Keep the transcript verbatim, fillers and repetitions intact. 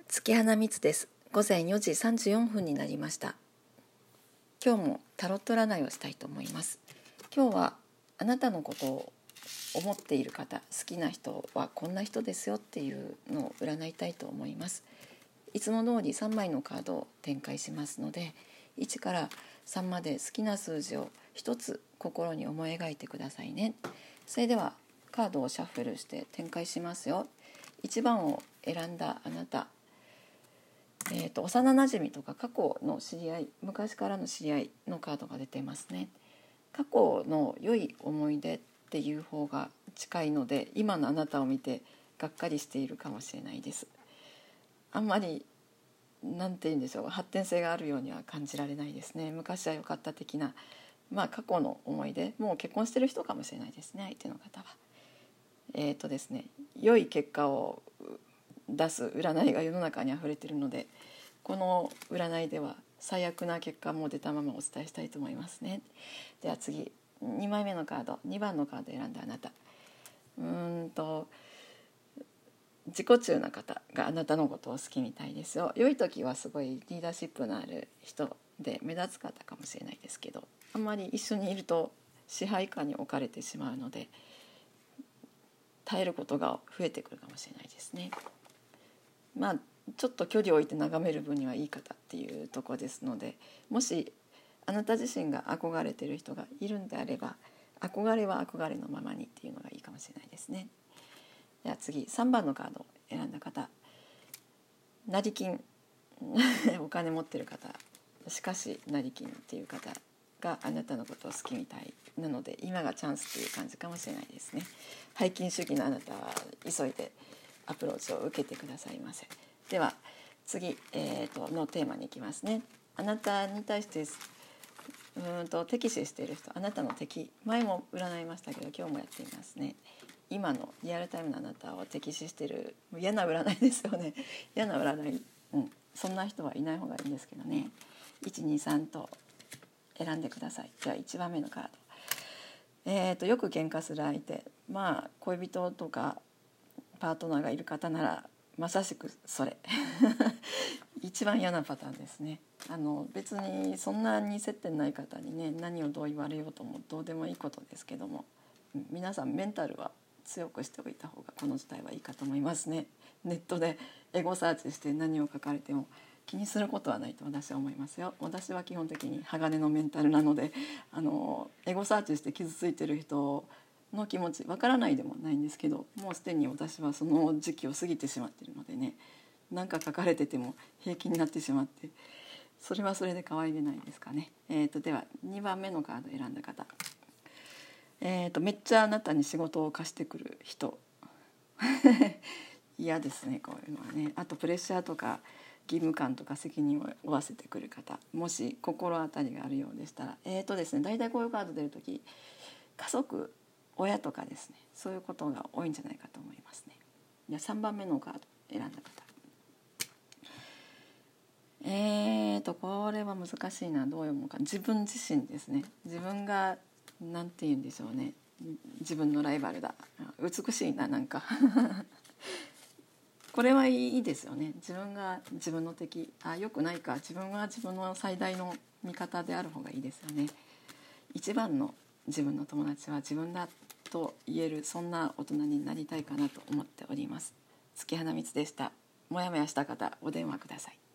月花蜜です。午前よじさんじゅうよんふんになりました。今日もタロット占いをしたいと思います。今日はあなたのことを思っている方、好きな人はこんな人ですよっていうのを占いたいと思います。いつも通りさんまいのカードを展開しますので、いちからさんまで好きな数字をひとつ心に思い描いてくださいね。それではカードをシャッフルして展開しますよ。いちばんを選んだあなた、えーと、幼なじみとか過去の知り合い、昔からの知り合いのカードが出てますね。過去の良い思い出っていう方が近いので、今のあなたを見てがっかりしているかもしれないです。あんまりなんて言うんでしょう、発展性があるようには感じられないですね。昔は良かった的な、まあ過去の思い出、もう結婚してる人かもしれないですね、相手の方は。えーとですね、良い結果を出す占いが世の中にあふれているので、この占いでは最悪な結果も出たままお伝えしたいと思いますね。では次、にまいめのカード、にばんのカード選んだあなた、うーんと自己中な方があなたのことを好きみたいですよ。良い時はすごいリーダーシップのある人で目立つ方かもしれないですけど、あんまり一緒にいると支配下に置かれてしまうので、耐えることが増えてくるかもしれないですね。まあちょっと距離を置いて眺める分にはいい方っていうところですので、もしあなた自身が憧れている人がいるんであれば、憧れは憧れのままにっていうのがいいかもしれないですね。では次、さんばんのカードを選んだ方、成金お金持ってる方、しかし成金っていう方があなたのことを好きみたいなので、今がチャンスっていう感じかもしれないですね。背金主義のあなたは急いでアプローチを受けてくださいませ。では次、えー、とのテーマに行きますね。あなたに対してうーんと敵視している人、あなたの敵、前も占いましたけど今日もやっていますね。今のリアルタイムのあなたを敵視している、嫌な占いですよね。嫌な占い、うん、そんな人はいない方がいいんですけどね。いちにさんと選んでください。じゃあいちばんめのカード、えー、とよく喧嘩する相手、まあ恋人とかパートナーがいる方ならまさしくそれ一番嫌なパターンですね。あの別にそんなに接点ない方にね、何をどう言われようともどうでもいいことですけども、皆さんメンタルは強くしておいた方がこの事態はいいかと思いますね。ネットでエゴサーチして何を書かれても気にすることはないと私は思いますよ。私は基本的に鋼のメンタルなので、あのエゴサーチして傷ついてる人の気持ちわからないでもないんですけど、もうすでに私はその時期を過ぎてしまっているのでね、何か書かれてても平気になってしまって、それはそれで可愛げないですかね。えーと、ではにばんめのカード選んだ方、えーとめっちゃあなたに仕事を貸してくる人嫌ですね、こういうのはね。あとプレッシャーとか義務感とか責任を負わせてくる方、もし心当たりがあるようでしたら、えーとですね大体こういうカード出るとき、家族、親とかですね、そういうことが多いんじゃないかと思いますね。じゃあさんばんめのカード選んだ方、えーとこれは難しいな、どう読むか。自分自身ですね。自分がなんて言うんでしょうね、自分のライバルだ、美しいな、なんかこれはいいですよね。自分が自分の敵、あ、よくないか、自分は自分の最大の味方である方がいいですよね。一番の自分の友達は自分だと言える、そんな大人になりたいかなと思っております。月花蜜でした。もやもやした方、お電話ください。